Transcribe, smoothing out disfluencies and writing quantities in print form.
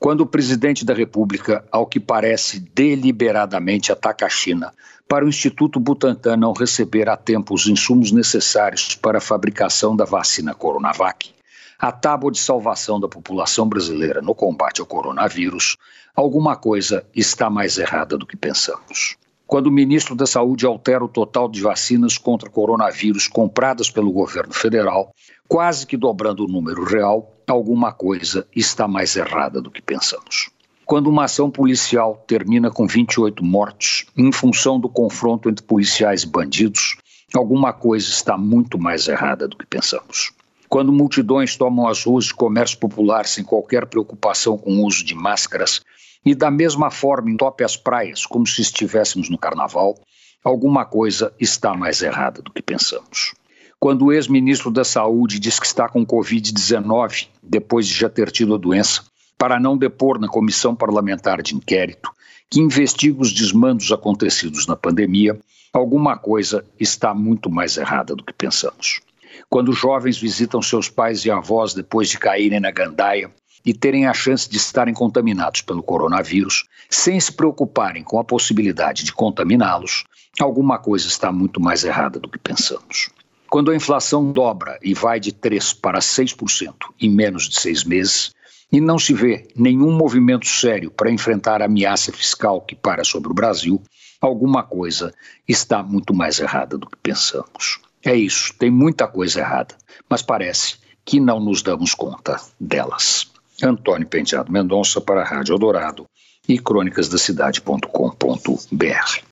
Quando o presidente da República, ao que parece deliberadamente, ataca a China para o Instituto Butantan não receber a tempo os insumos necessários para a fabricação da vacina Coronavac, a tábua de salvação da população brasileira no combate ao coronavírus, alguma coisa está mais errada do que pensamos. Quando o ministro da Saúde altera o total de vacinas contra coronavírus compradas pelo governo federal, quase que dobrando o número real, alguma coisa está mais errada do que pensamos. Quando uma ação policial termina com 28 mortos em função do confronto entre policiais e bandidos, alguma coisa está muito mais errada do que pensamos. Quando multidões tomam as ruas de comércio popular sem qualquer preocupação com o uso de máscaras e da mesma forma entope as praias como se estivéssemos no carnaval, alguma coisa está mais errada do que pensamos. Quando o ex-ministro da Saúde diz que está com Covid-19, depois de já ter tido a doença, para não depor na comissão parlamentar de inquérito, que investiga os desmandos acontecidos na pandemia, alguma coisa está muito mais errada do que pensamos. Quando jovens visitam seus pais e avós depois de caírem na gandaia e terem a chance de estarem contaminados pelo coronavírus, sem se preocuparem com a possibilidade de contaminá-los, alguma coisa está muito mais errada do que pensamos. Quando a inflação dobra e vai de 3% para 6% em menos de 6 meses, e não se vê nenhum movimento sério para enfrentar a ameaça fiscal que para sobre o Brasil, alguma coisa está muito mais errada do que pensamos. É isso, tem muita coisa errada, mas parece que não nos damos conta delas. Antônio Penteado Mendonça para a Rádio Eldorado e crônicasdacidade.com.br.